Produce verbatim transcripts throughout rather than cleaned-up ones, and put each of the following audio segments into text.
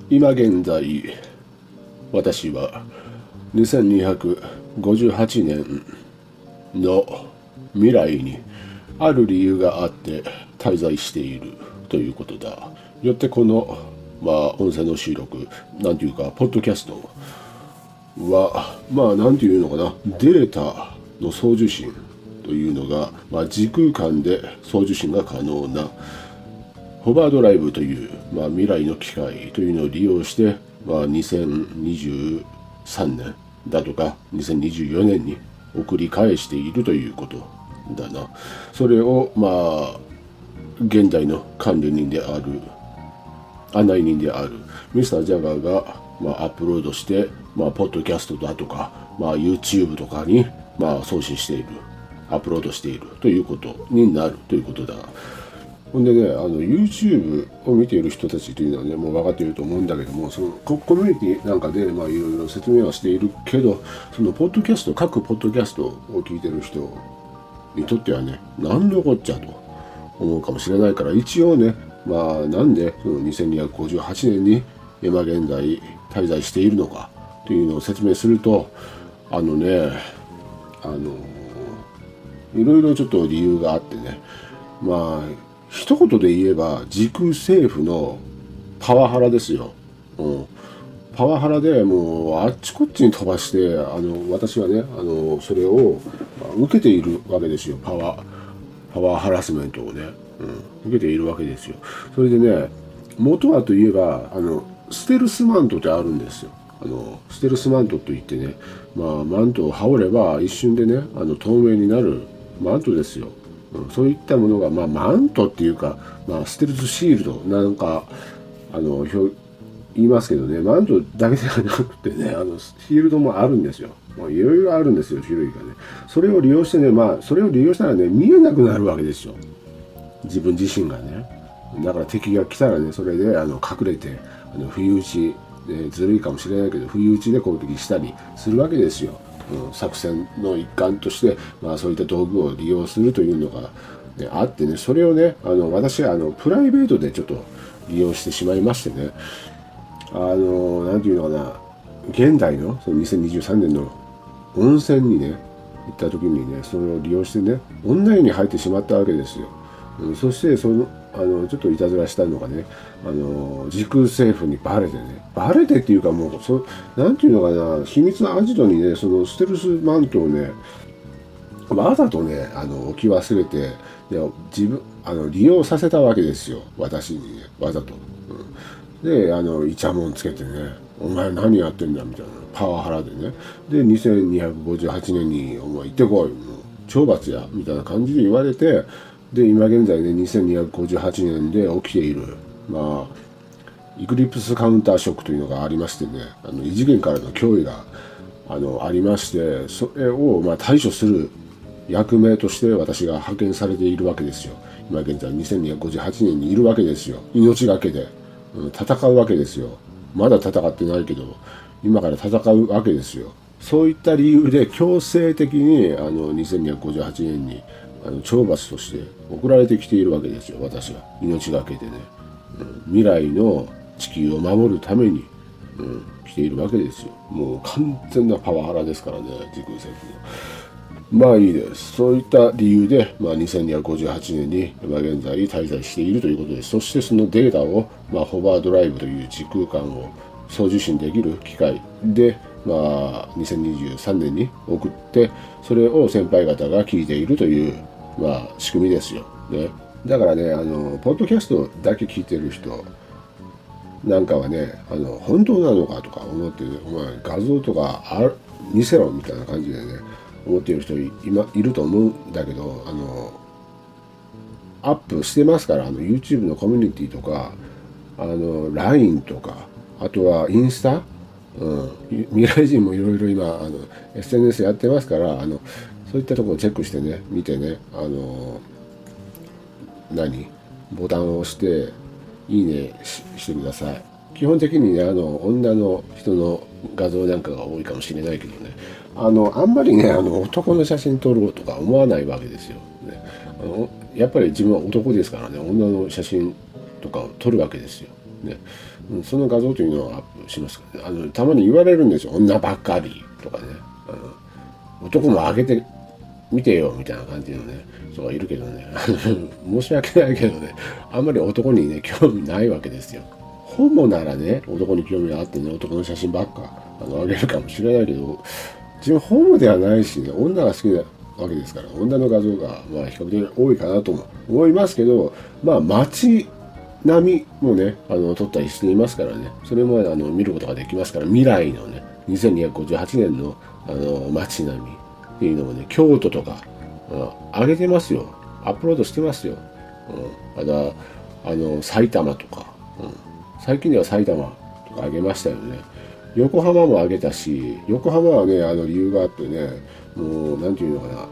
今現在、私はにせんにひゃくごじゅうはちねんの未来にある理由があって滞在しているということだ。よってこの、まあ、音声の収録、なんていうか、ポッドキャストは、まあ、なんていうのかな、データの送受信というのが、まあ、時空間で送受信が可能なホバードライブという、まあ、未来の機械というのを利用して、まあ、にせんにじゅうさんねんだとかにせんにじゅうよねんに送り返しているということだな。それをまあ現代の管理人である案内人であるミスタージャガーが、まあ、アップロードして、まあ、ポッドキャストだとか、まあ、YouTube とかに、まあ、送信しているアップロードしているということになるということだ。ほんでね、あの YouTube を見ている人たちというのはね、もう分かっていると思うんだけども、そのココミュニティなんかでまあいろいろ説明はしているけど、そのポッドキャスト、各ポッドキャストを聞いてる人にとってはね、何のこっちゃと思うかもしれないから、一応ね、まあなんでそのにせんにひゃくごじゅうはちねんに今現在滞在しているのかというのを説明すると、あのね、あのいろいろちょっと理由があってね、まあ一言で言えば時空政府のパワハラですよ。うん、パワハラでもうあっちこっちに飛ばして、あの私はね、あのそれを受けているわけですよ。パワーパワーハラスメントをね、うん、受けているわけですよ。それでね、元はといえばあのステルスマントってあるんですよ。あのステルスマントといってね、まあマントを羽織れば一瞬でね、あの透明になるマントですよ。そういったものが、まあ、マントっていうか、まあ、ステルスシールドなんかあの言いますけどね、マントだけではなくてね、あのシールドもあるんですよ。いろいろあるんですよ、種類がね。それを利用してね、まあそれを利用したらね、見えなくなるわけですよ、自分自身がね。だから敵が来たらね、それであの隠れて、あの不意打ち、ね、ずるいかもしれないけど不意打ちで攻撃したりするわけですよ。うん、作戦の一環として、まあ、そういった道具を利用するというのが、ね、あってね、それをね、あの私はあのプライベートでちょっと利用してしまいましてね、あのなんていうのかな、現代のそのにせんにじゅうさんねんの温泉にね行った時にね、それを利用してね、女湯に入ってしまったわけですよ。うん、そしてそのあのちょっといたずらしたのがね、あの時空政府にバレてね、バレてっていうか、もうそなんていうのかな、秘密のアジトにね、そのステルスマントをね、わざとね、あの置き忘れて、で自分あの利用させたわけですよ、私にね、わざと。うん、で、あのイチャモンつけてね、お前何やってんだみたいな、パワハラでね。で、にせんにひゃくごじゅうはちねんにお前行ってこい、もう懲罰やみたいな感じで言われて。で、今現在ね、にせんにひゃくごじゅうはちねんで起きている、まあ、イクリプスカウンターショックというのがありましてね、あの異次元からの脅威があのありまして、それをまあ対処する役目として私が派遣されているわけですよ。今現在にせんにひゃくごじゅうはちねんにいるわけですよ。命がけで、うん、戦うわけですよ。まだ戦ってないけど、今から戦うわけですよ。そういった理由で強制的にあのにせんにひゃくごじゅうはちねんにあの懲罰として送られてきているわけですよ、私は。命がけでね、うん、未来の地球を守るために、うん、来ているわけですよ。もう完全なパワハラですからね、時空政府の。まあいいです。そういった理由で、まあ、にせんにひゃくごじゅうはちねんに今現在滞在しているということです。そしてそのデータを、まあ、ホバードライブという時空間を送受信できる機械で、まあ、にせんにじゅうさんねんに送って、それを先輩方が聞いているという、まあ、仕組みですよ、ね。だからね、あのポッドキャストだけ聞いてる人なんかはね、あの本当なのかとか思って、お前画像とかある見せろみたいな感じでね思っている人今いると思うんだけど、あのアップしてますから、あの YouTube のコミュニティとか、あの ライン とか、あとはインスタ、うん、未来人もいろいろ今あの エスエヌエス やってますから、あのそういったところをチェックしてね、見てね、あの何ボタンを押していいね し, してください。基本的にね、あの女の人の画像なんかが多いかもしれないけどね、あのあんまりね、あの男の写真撮ろうとか思わないわけですよ、ね。あのやっぱり自分は男ですからね、女の写真とかを撮るわけですよ。 ね、うん、その画像というのをアップしますからね。あのたまに言われるんですよ、女ばっかりとかね、あの男も上げて見てよみたいな感じのね人がいるけどね申し訳ないけどね、あんまり男にね興味ないわけですよ。ホモならね男に興味があってね、男の写真ばっかあの上げるかもしれないけど、自分ホモではないしね、女が好きなわけですから、女の画像がまあ比較的多いかなとも思いますけど、まあ街並みもねあの撮ったりしていますからね、それもあの見ることができますから、未来のねにせんにひゃくごじゅうはちねんのあの街並みっていうのもね、京都とか、うん、上げてますよ、アップロードしてますよ、うん、あとあの埼玉とか、うん、最近では埼玉とか上げましたよね。横浜も上げたし、横浜はねあの理由があってね、もうなんていうのかな、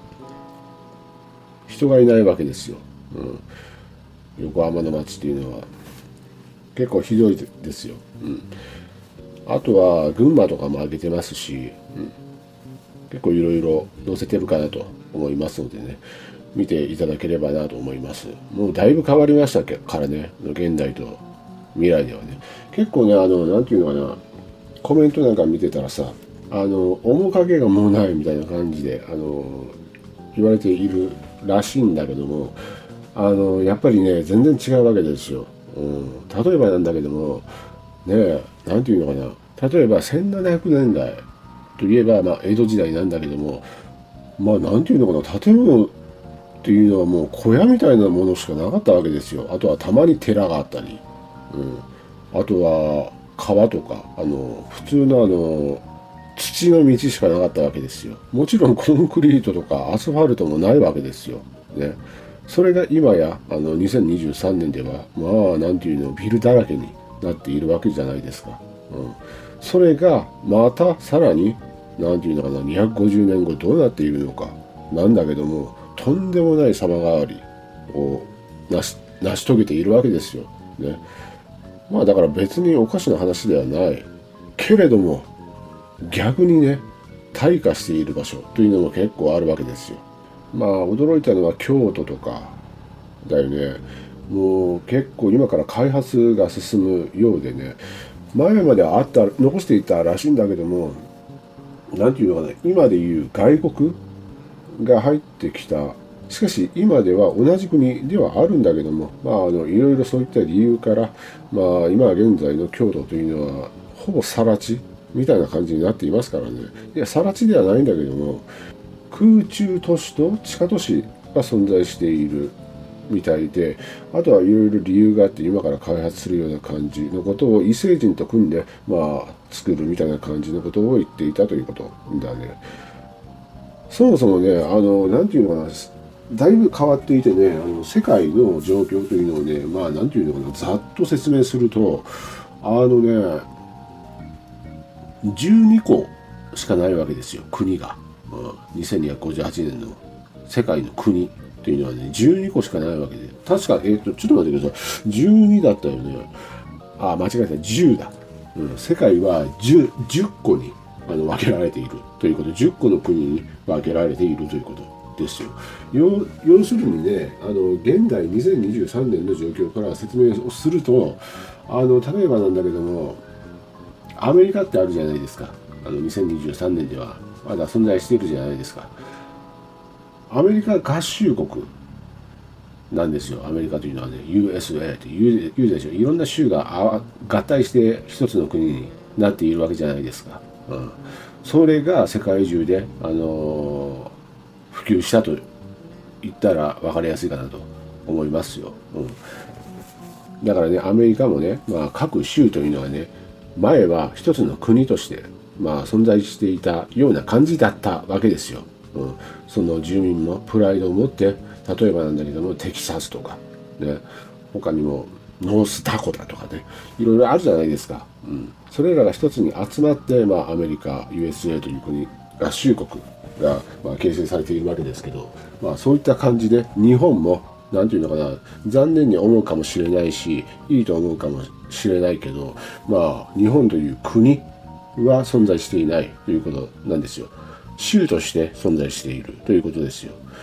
人がいないわけですよ、うん、横浜の街っていうのは結構ひどいですよ、うん、あとは群馬とかも上げてますし、うん、結構いろいろ載せてるかなと思いますのでね、見ていただければなと思います。もうだいぶ変わりましたからね、現代と未来ではね。結構ね、あのなんていうのかな、コメントなんか見てたらさ、あの面影がもうないみたいな感じであの言われているらしいんだけども、あのやっぱりね全然違うわけですよ、うん、例えばなんだけどもね、なんていうのかな、例えばせんななひゃくねんだいといえば、まあ、江戸時代なんだけども、まあなんていうのかな、建物っていうのはもう小屋みたいなものしかなかったわけですよ。あとはたまに寺があったり、うん、あとは川とか、あの普通のあの土の道しかなかったわけですよ。もちろんコンクリートとかアスファルトもないわけですよ。ね、それが今やあのにせんにじゅうさんねんではまあなんていうのビルだらけになっているわけじゃないですか。うん、それがまたさらになんていうのかな、にひゃくごじゅうねんごどうなっているのかなんだけども、とんでもない様変わりを成し成し遂げているわけですよ。ね、まあだから別におかしな話ではないけれども、逆にね退化している場所というのも結構あるわけですよ。まあ驚いたのは京都とかだよね。もう結構今から開発が進むようでね、前まではあった残していたらしいんだけども、なんていうのかな、今でいう外国が入ってきた、しかし今では同じ国ではあるんだけども、まああのいろいろそういった理由から、まあ今現在の京都というのはほぼ更地みたいな感じになっていますからね。いや更地ではないんだけども、空中都市と地下都市が存在しているみたいで、あとはいろいろ理由があって今から開発するような感じのことを異星人と組んでまあ作るみたいな感じのことを言っていたということだね。そもそもね、あのなんていうのかな、だいぶ変わっていてね、あの世界の状況というのをね、まあなんていうのかな、ざっと説明すると、あのねじゅうにこしかないわけですよ、国が。うん、にせんにひゃくごじゅうはちねんの世界の国というのはねじゅうにこしかないわけで、確かえっ、ー、とちょっと待ってください、じゅうにだったよね。あ、間違えた、じゅうだ。うん、世界は じゅう, じゅっこにあの分けられているということ、じゅっこの国に分けられているということですよ。要, 要するにね、あの現代にせんにじゅうさんねんの状況から説明をすると、あの例えばなんだけども、アメリカってあるじゃないですか。あのにせんにじゅうさんねんではまだ存在しているじゃないですか。アメリカ合衆国なんですよ。アメリカというのはね ユーエスエー って言う、言うでしょ。いろんな州が合体して一つの国になっているわけじゃないですか。うん、それが世界中で、あのー、普及したと言ったら分かりやすいかなと思いますよ。うん、だからね、アメリカもね、まあ、各州というのはね、前は一つの国として、まあ、存在していたような感じだったわけですよ。うん、その住民もプライドを持って、例えばなんだけどもテキサスとか、ね、他にもノースダコタとかね、いろいろあるじゃないですか。うん、それらが一つに集まって、まあ、アメリカ ユーエスエー という国合衆国が、まあ、形成されているわけですけど、まあ、そういった感じで日本もなんていうのかな、残念に思うかもしれないし、いいと思うかもしれないけど、まあ日本という国は存在していないということなんですよ。州として存在しているということですよ。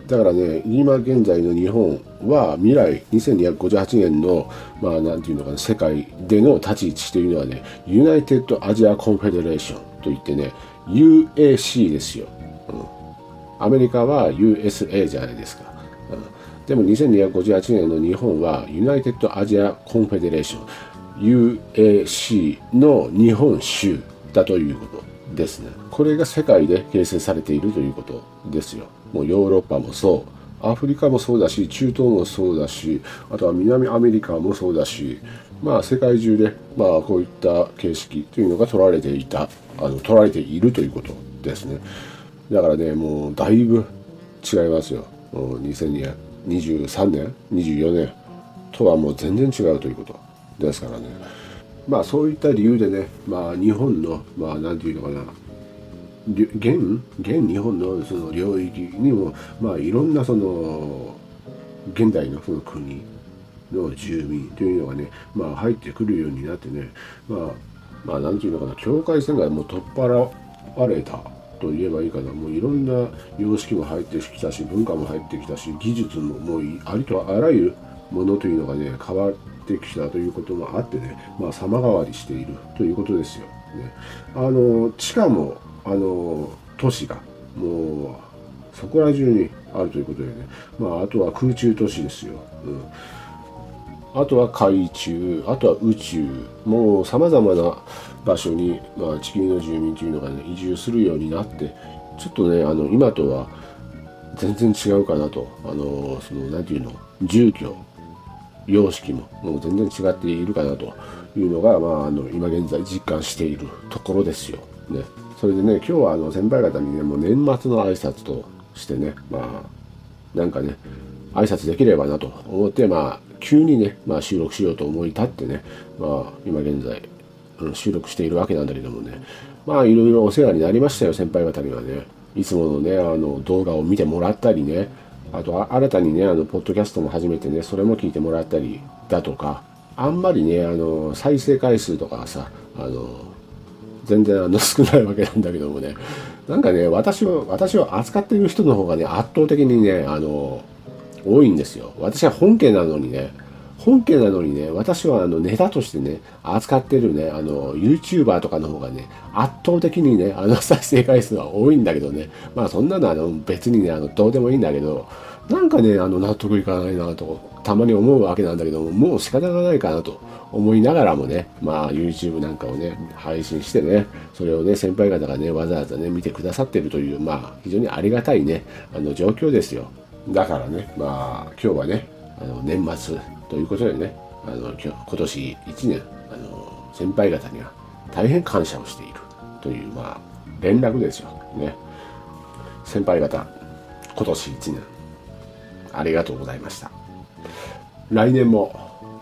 だからね、今現在の日本は未来にせんにひゃくごじゅうはちねんの、まあなんていうのかな、世界での立ち位置というのはね、ユナイテッドアジアコンフェデレーションといってね、ユーエーシー ですよ。うん、アメリカは ユーエスエー じゃないですか。うん、でもにせんにひゃくごじゅうはちねんの日本はユナイテッドアジアコンフェデレーション ユーエーシー の日本州だということですね。これが世界で形成されているということですよ。もうヨーロッパもそう、アフリカもそうだし、中東もそうだし、あとは南アメリカもそうだし、まあ世界中でまあこういった形式というのが取られていた、あの取られているということですね。だからね、もうだいぶ違いますよ。にせんにじゅうさんねん、にじゅうよねんとはもう全然違うということですからね。まあそういった理由でね、まあ日本のまあなんていうのかな、現現日本のその領域にもまあいろんなその現代のその国の住民というのがね、まあ入ってくるようになってね、まあまあなんていうのかな、境界線がもう取っ払われたと言えばいいかな。もういろんな様式も入ってきたし、文化も入ってきたし、技術ももうありとあらゆるものというのがね変わってきたということもあってね、まあ様変わりしているということですよ。ね、あの地下もあの都市がもうそこら中にあるということでね、まああとは空中都市ですよ。うん、あとは海中、あとは宇宙、もうさまざまな場所に、まあ、地球の住民というのがね移住するようになって、ちょっとねあの今とは全然違うかなと、あのそのなんていうの、住居様式ももう全然違っているかなというのが、まあ、あの今現在実感しているところですよ。ね、それでね、今日はあの先輩方にね、もう年末の挨拶としてね、まあなんかね挨拶できればなと思って、まあ急にね、まあ、収録しようと思い立ってね、まあ今現在、うん、収録しているわけなんだけどもね、まあいろいろお世話になりましたよ、先輩方にはね。いつものねあの動画を見てもらったりね、あとは新たにねあのポッドキャストも始めてね、それも聞いてもらったりだとか、あんまりねあの再生回数とかはさ、あの全然あの少ないわけなんだけどもね、なんかね私を私を扱っている人の方がね圧倒的にねあの多いんですよ。私は本家なのにね本家なのにね、私はあのネタとしてね扱ってるねあの YouTuber とかの方がね圧倒的にねあの再生回数は多いんだけどね、まあそんなのはあの別にねあのどうでもいいんだけど、なんかねあの納得いかないなとたまに思うわけなんだけども、もう仕方がないかなと思いながらもね、まあ YouTube なんかをね配信してね、それをね先輩方がねわざわざね見てくださってるという、まあ非常にありがたいねあの状況ですよ。だからね、まあ今日はねあの年末ということでね、あの今日今年いちねんあの先輩方には大変感謝をしているという、まあ連絡ですよね。先輩方、今年いちねんありがとうございました。来年も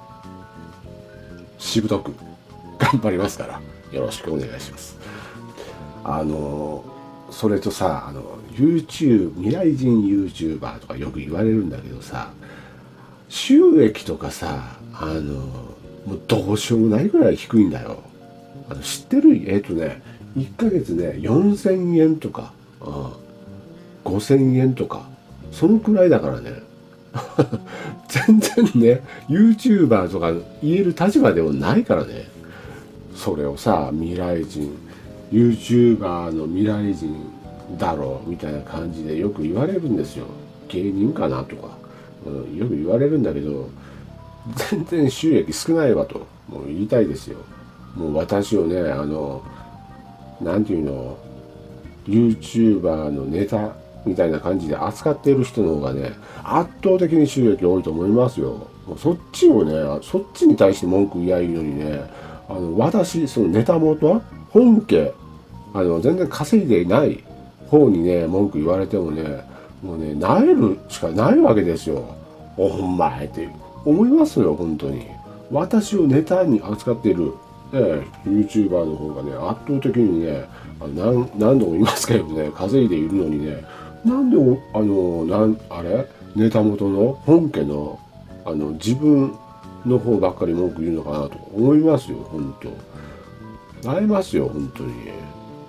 しぶとく頑張りますからよろしくお願いします。あのそれとさ、あの YouTube 未来人 YouTuber とかよく言われるんだけどさ、収益とかさ、あのもうどうしようもないぐらい低いんだよ。あの知ってる？えっとねいっかげつねよんせんえんとか、うん、ごせんえんとかそのくらいだからね全然ね YouTuber とか言える立場でもないからね。それをさ、未来人 YouTuber の未来人だろうみたいな感じでよく言われるんですよ。芸人かなとか、うん、よく言われるんだけど、全然収益少ないわともう言いたいですよ。もう私をねあのなんていうの YouTuber のネタみたいな感じで扱っている人の方がね圧倒的に収益多いと思いますよ。もうそっちをねそっちに対して文句言いやいいのにね、あの私そのネタ元本家あの全然稼いでいない方にね文句言われてもね、もうね萎えるしかないわけですよ。お前って思いますよ本当に。私をネタに扱っている、ね、YouTuber の方がね圧倒的にね何何度も言いますけどね稼いでいるのにね、なんであのなんあれネタ元の本家のあの自分の方ばっかり文句言うのかなと思いますよ本当。なりますよ本当に。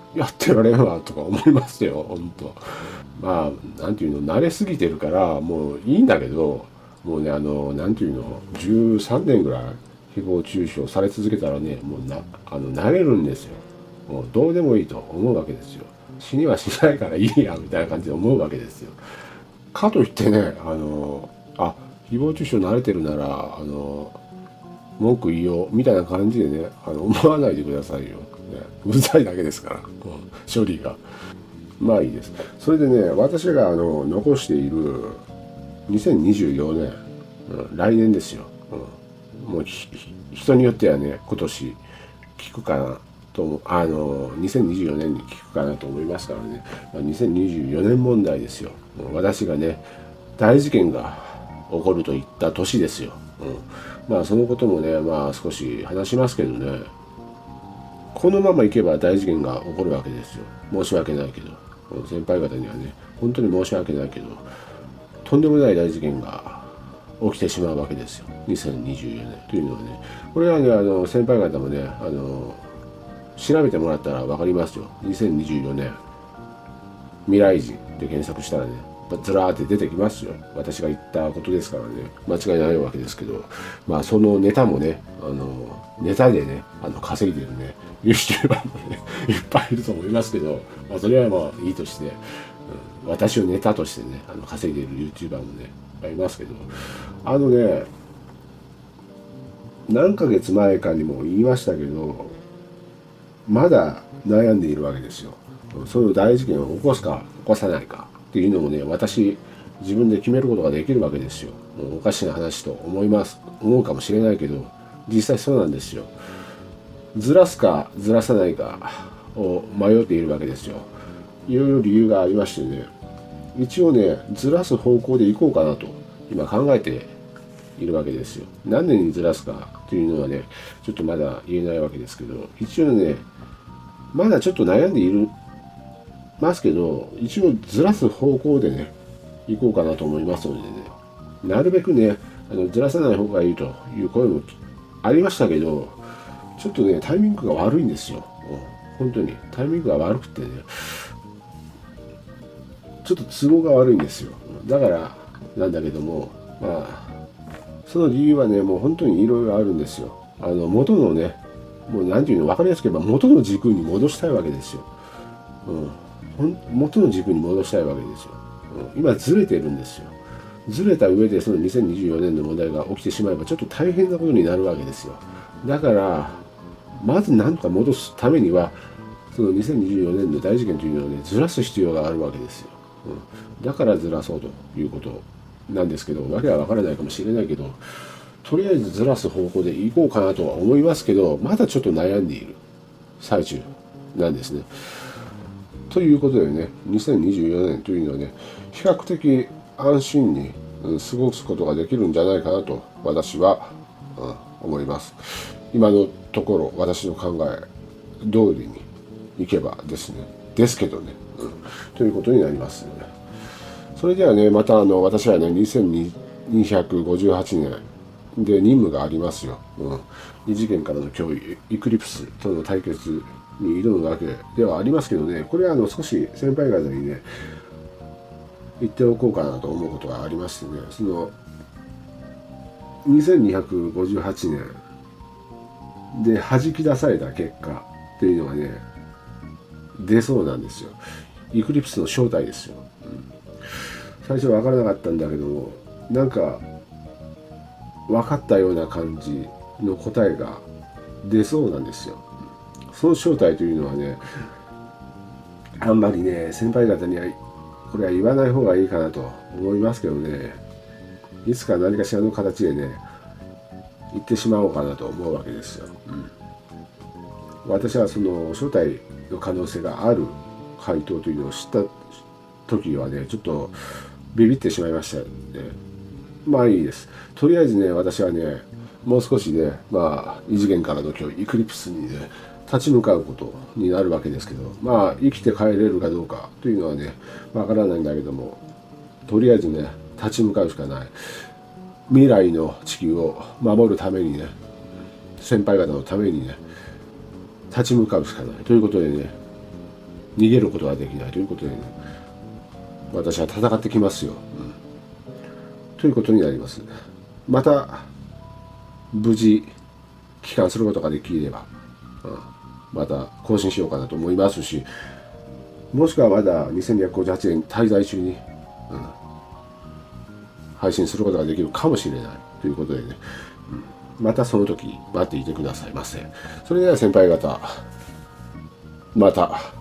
やってられんわとか思いますよ、本当。まあなんていうの、慣れすぎてるからもういいんだけど、もうね、あのなんていうの、じゅうさんねんぐらい誹謗中傷され続けたらね、もうなあの慣れるんですよ。もうどうでもいいと思うわけですよ。死にはしないからいいやみたいな感じで思うわけですよ。かといってね、あのあ誹謗中傷慣れてるならあの文句言いようみたいな感じでね、あの思わないでくださいよ、ね、うざいだけですから、うん、処理が。まあいいです。それでね、私があの残しているにせんにじゅうよねん、うん、来年ですよ、うん、もう人によってはね、今年聞くかなと、あのにせんにじゅうよねんに聞くかなと思いますからね、まあ、にせんにじゅうよねん問題ですよ。私がね、大事件が起こるといった年ですよ、うん、まあそのこともね、まあ少し話しますけどね、このままいけば大事件が起こるわけですよ。申し訳ないけど、先輩方にはね本当に申し訳ないけど、とんでもない大事件が起きてしまうわけですよ、にせんにじゅうよねんというのはね。これはね、あの先輩方もね、あの調べてもらったら分かりますよ。にせんにじゅうよねん未来人で検索したらね、ずらーって出てきますよ。私が言ったことですからね、間違いないわけですけど、まあそのネタもね、あのネタでね、あの稼いでるね YouTuber もねいっぱいいると思いますけど、まあ、それはまあいいとして、うん、私をネタとしてね、あの稼いでいる YouTuber もねいっぱいいますけど、あのね、何ヶ月前かにも言いましたけど、まだ悩んでいるわけですよ。そういう大事件を起こすか起こさないかっていうのもね、私自分で決めることができるわけですよ。おかしな話と思います思うかもしれないけど、実際そうなんですよ。ずらすかずらさないかを迷っているわけですよ。いろいろ理由がありましてね、一応ね、ずらす方向で行こうかなと今考えているわけですよ。何年にずらすかっていうのはね、ちょっとまだ言えないわけですけど、一応ね、まだちょっと悩んでいるますけど、一応ずらす方向でね行こうかなと思いますのでね、なるべくね、あのずらさない方がいいという声もありましたけど、ちょっとねタイミングが悪いんですよ。本当にタイミングが悪くてね、ちょっと都合が悪いんですよ。だからなんだけども、まあその理由はね、もう本当にいろいろあるんですよ。あの元のね、もう何ていうの、分かりやすく言えば元の軸に戻したいわけですよ。うん、元の軸に戻したいわけですよ。うん、今ずれてるんですよ。ずれた上でそのにせんにじゅうよねんの問題が起きてしまえばちょっと大変なことになるわけですよ。だからまず何とか戻すためには、そのにせんにじゅうよねんの大事件というのをね、ずらす必要があるわけですよ。うん、だからずらそうということなんですけど、わけは分からないかもしれないけど、とりあえずずらす方向でいこうかなとは思いますけど、まだちょっと悩んでいる最中なんですね。ということでね、にせんにじゅうよねんというのはね、比較的安心に過ごすことができるんじゃないかなと私は、うん、思います。今のところ私の考え通りにいけばですね、ですけどね、うん、ということになりますね。それではね、またあの私はね、にせんにひゃくごじゅうはちねんで任務がありますよ。うん、二次元からの脅威、イクリプスとの対決に挑むわけではありますけどね、これはあの少し先輩方にね言っておこうかなと思うことがありましてね、そのにせんにひゃくごじゅうはちねんで弾き出された結果っていうのがね出そうなんですよ。イクリプスの正体ですよ。うん、最初分からなかったんだけども、なんか分かったような感じの答えが出そうなんですよ。その正体というのはね、あんまりね先輩方にはこれは言わない方がいいかなと思いますけどね、いつか何かしらの形でね言ってしまおうかなと思うわけですよ。うん、私はその正体の可能性がある回答というのを知った時はね、ちょっとビビってしまいましたね。まあいいです。とりあえずね、私はねもう少しね、まあ異次元からの脅威イクリプスにね立ち向かうことになるわけですけど、まあ生きて帰れるかどうかというのはねわからないんだけども、とりあえずね立ち向かうしかない。未来の地球を守るためにね、先輩方のためにね立ち向かうしかないということでね、 逃げることができないということで、ね、私は戦ってきますよ、うん、ということになります。また無事帰還することができれば、うん、また更新しようかなと思いますし、もしくはまだにせんにひゃくごじゅうはちねん滞在中に、うん、配信することができるかもしれないということでね、うん、またその時待っていてくださいませ。それでは先輩方、また。